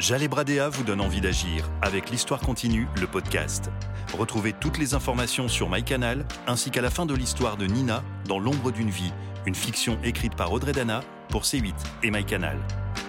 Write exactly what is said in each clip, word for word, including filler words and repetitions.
Jaleh Bradéa vous donne envie d'agir avec l'Histoire continue, le podcast. Retrouvez toutes les informations sur MyCanal, ainsi qu'à la fin de l'histoire de Nina dans L'ombre d'une vie, une fiction écrite par Audrey Dana pour C huit et MyCanal.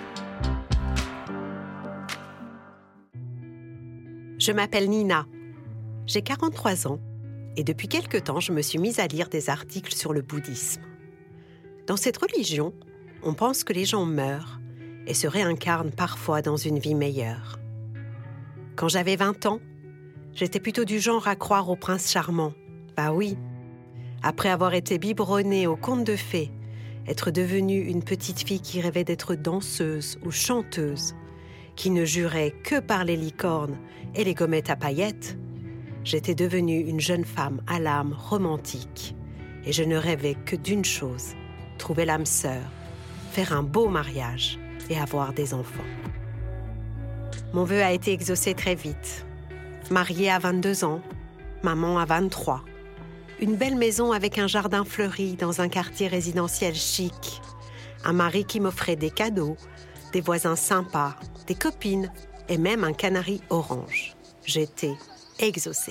Je m'appelle Nina. J'ai quarante-trois ans et depuis quelque temps, je me suis mise à lire des articles sur le bouddhisme. Dans cette religion, on pense que les gens meurent et se réincarnent parfois dans une vie meilleure. Quand j'avais vingt ans, j'étais plutôt du genre à croire au prince charmant. Bah oui, après avoir été biberonnée aux contes de fées, être devenue une petite fille qui rêvait d'être danseuse ou chanteuse, qui ne jurait que par les licornes et les gommettes à paillettes, j'étais devenue une jeune femme à l'âme romantique et je ne rêvais que d'une chose, trouver l'âme sœur, faire un beau mariage et avoir des enfants. Mon vœu a été exaucé très vite. Mariée à vingt-deux ans, maman à vingt-trois, une belle maison avec un jardin fleuri dans un quartier résidentiel chic, un mari qui m'offrait des cadeaux, des voisins sympas, des copines et même un canari orange. J'étais exaucée.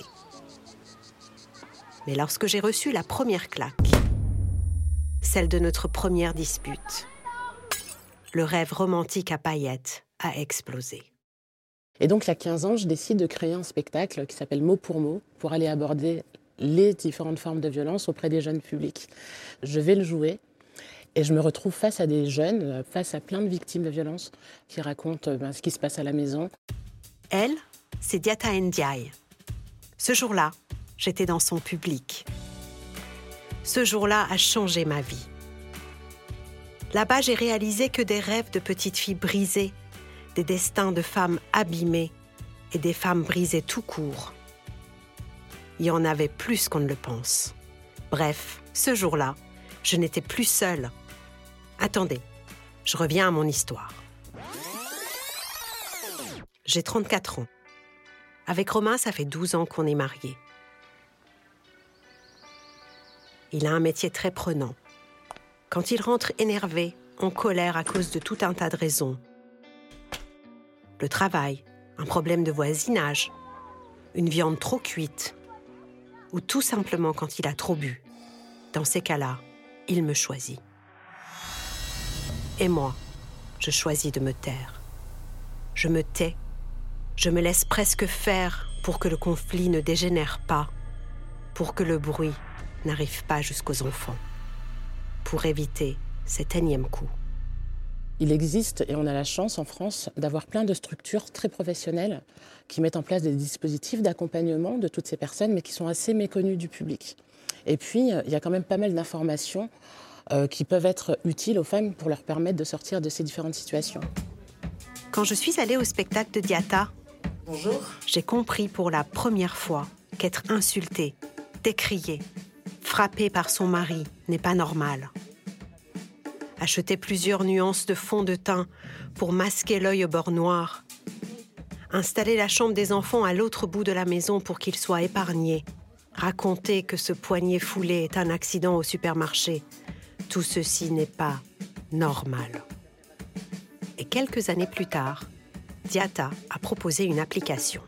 Mais lorsque j'ai reçu la première claque, celle de notre première dispute, le rêve romantique à paillettes a explosé. Et donc, il y a quinze ans, je décide de créer un spectacle qui s'appelle Mot pour mot, pour aller aborder les différentes formes de violence auprès des jeunes publics. Je vais le jouer et je me retrouve face à des jeunes, face à plein de victimes de violences qui racontent ben, ce qui se passe à la maison. Elle, c'est Diata Ndiaye. Ce jour-là, j'étais dans son public. Ce jour-là a changé ma vie. Là-bas, j'ai réalisé que des rêves de petites filles brisées, des destins de femmes abîmées et des femmes brisées tout court. Il y en avait plus qu'on ne le pense. Bref, ce jour-là, je n'étais plus seule. Attendez, je reviens à mon histoire. J'ai trente-quatre ans. Avec Romain, ça fait douze ans qu'on est mariés. Il a un métier très prenant. Quand il rentre énervé, en colère à cause de tout un tas de raisons. Le travail, un problème de voisinage, une viande trop cuite, ou tout simplement quand il a trop bu. Dans ces cas-là, il me choisit. Et moi, je choisis de me taire. Je me tais, je me laisse presque faire pour que le conflit ne dégénère pas, pour que le bruit n'arrive pas jusqu'aux enfants, pour éviter cet énième coup. Il existe, et on a la chance en France, d'avoir plein de structures très professionnelles qui mettent en place des dispositifs d'accompagnement de toutes ces personnes, mais qui sont assez méconnues du public. Et puis, il y a quand même pas mal d'informations euh, qui peuvent être utiles aux femmes pour leur permettre de sortir de ces différentes situations. Quand je suis allée au spectacle de Diata, Bonjour. J'ai compris pour la première fois qu'être insultée, décriée, frappée par son mari n'est pas normal. Acheter plusieurs nuances de fond de teint pour masquer l'œil au bord noir. Installer la chambre des enfants à l'autre bout de la maison pour qu'ils soient épargnés. Raconter que ce poignet foulé est un accident au supermarché. Tout ceci n'est pas normal. Et quelques années plus tard, Diata a proposé une application.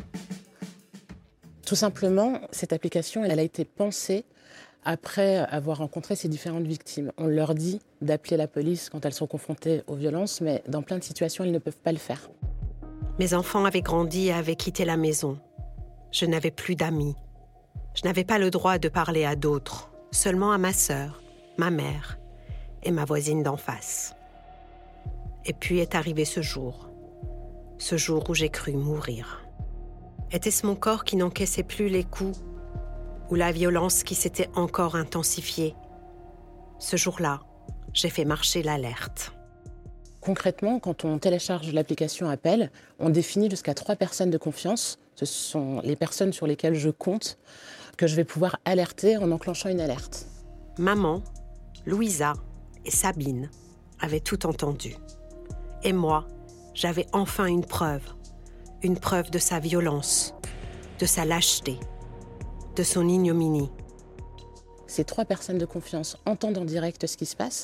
Tout simplement, cette application, elle a été pensée après avoir rencontré ces différentes victimes. On leur dit d'appeler la police quand elles sont confrontées aux violences, mais dans plein de situations, elles ne peuvent pas le faire. Mes enfants avaient grandi et avaient quitté la maison. Je n'avais plus d'amis. Je n'avais pas le droit de parler à d'autres, seulement à ma sœur, ma mère et ma voisine d'en face. Et puis est arrivé ce jour. Ce jour où j'ai cru mourir. Était-ce mon corps qui n'encaissait plus les coups ou la violence qui s'était encore intensifiée? Ce jour-là, j'ai fait marcher l'alerte. Concrètement, quand on télécharge l'application Appel, on définit jusqu'à trois personnes de confiance. Ce sont les personnes sur lesquelles je compte, que je vais pouvoir alerter en enclenchant une alerte. Maman, Louisa et Sabine avaient tout entendu. Et moi, j'avais enfin une preuve. Une preuve de sa violence, de sa lâcheté, de son ignominie. Ces trois personnes de confiance entendent en direct ce qui se passe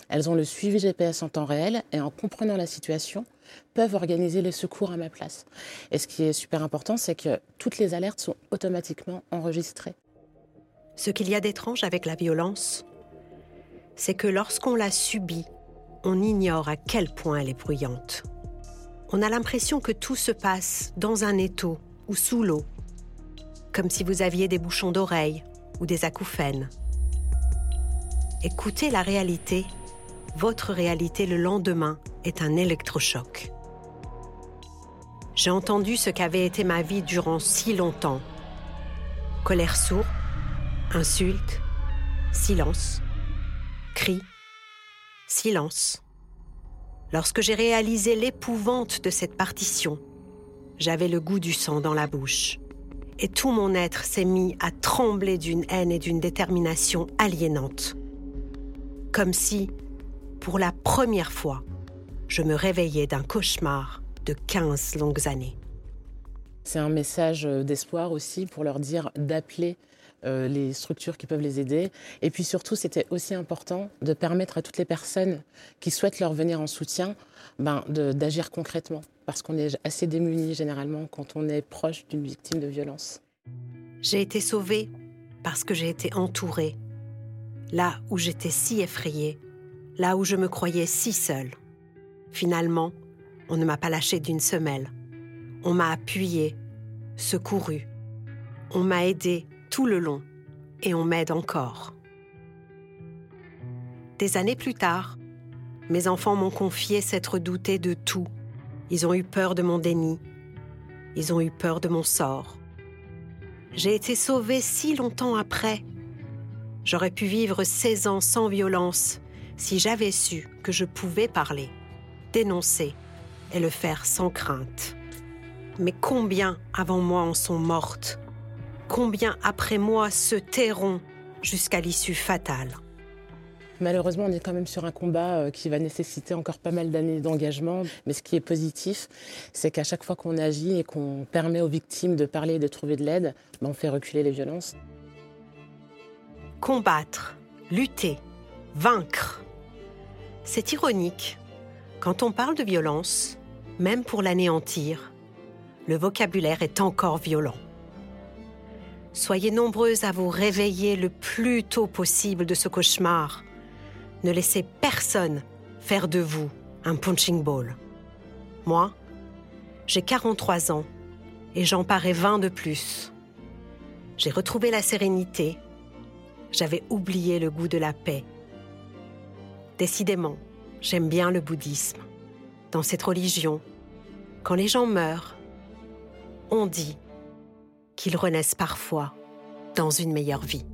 Elles ont le suivi G P S en temps réel et en comprenant la situation, peuvent organiser les secours à ma place. Et ce qui est super important, c'est que toutes les alertes sont automatiquement enregistrées. Ce qu'il y a d'étrange avec la violence, c'est que lorsqu'on la subit, on ignore à quel point elle est bruyante. On a l'impression que tout se passe dans un étau ou sous l'eau, comme si vous aviez des bouchons d'oreilles ou des acouphènes. Écoutez la réalité, votre réalité le lendemain est un électrochoc. J'ai entendu ce qu'avait été ma vie durant si longtemps. Colère sourde, insultes, silence, cris, silence. Lorsque j'ai réalisé l'épouvante de cette partition, j'avais le goût du sang dans la bouche. Et tout mon être s'est mis à trembler d'une haine et d'une détermination aliénante. Comme si, pour la première fois, je me réveillais d'un cauchemar de quinze longues années. C'est un message d'espoir aussi pour leur dire d'appeler euh, les structures qui peuvent les aider. Et puis surtout, c'était aussi important de permettre à toutes les personnes qui souhaitent leur venir en soutien ben, de, d'agir concrètement. Parce qu'on est assez démunis généralement quand on est proche d'une victime de violence. J'ai été sauvée parce que j'ai été entourée. Là où j'étais si effrayée, là où je me croyais si seule. Finalement, on ne m'a pas lâchée d'une semelle. On m'a appuyée, secourue. On m'a aidée tout le long et on m'aide encore. Des années plus tard, mes enfants m'ont confié s'être doutés de tout. Ils ont eu peur de mon déni. Ils ont eu peur de mon sort. J'ai été sauvée si longtemps après. J'aurais pu vivre seize ans sans violence si j'avais su que je pouvais parler, dénoncer et le faire sans crainte. Mais combien avant moi en sont mortes? Combien après moi se tairont jusqu'à l'issue fatale? Malheureusement, on est quand même sur un combat qui va nécessiter encore pas mal d'années d'engagement. Mais ce qui est positif, c'est qu'à chaque fois qu'on agit et qu'on permet aux victimes de parler et de trouver de l'aide, ben on fait reculer les violences. Combattre, lutter, vaincre. C'est ironique. Quand on parle de violence, même pour l'anéantir, le vocabulaire est encore violent. Soyez nombreuses à vous réveiller le plus tôt possible de ce cauchemar. Ne laissez personne faire de vous un punching ball. Moi, j'ai quarante-trois ans et j'en parais vingt de plus. J'ai retrouvé la sérénité. J'avais oublié le goût de la paix. Décidément, j'aime bien le bouddhisme. Dans cette religion, quand les gens meurent, on dit qu'ils renaissent parfois dans une meilleure vie.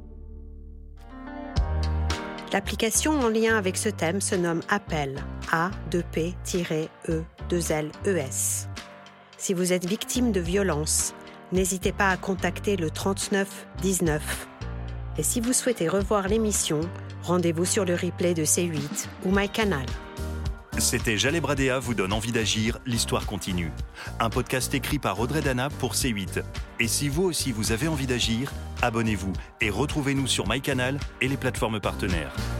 L'application en lien avec ce thème se nomme Appel, A deux P E deux L E S. Si vous êtes victime de violence, n'hésitez pas à contacter le trente-neuf dix-neuf. Et si vous souhaitez revoir l'émission, rendez-vous sur le replay de C huit ou MyCanal. C'était Jaleh Bradéa vous donne envie d'agir, l'histoire continue. Un podcast écrit par Audrey Dana pour C huit. Et si vous aussi vous avez envie d'agir, abonnez-vous et retrouvez-nous sur MyCanal et les plateformes partenaires.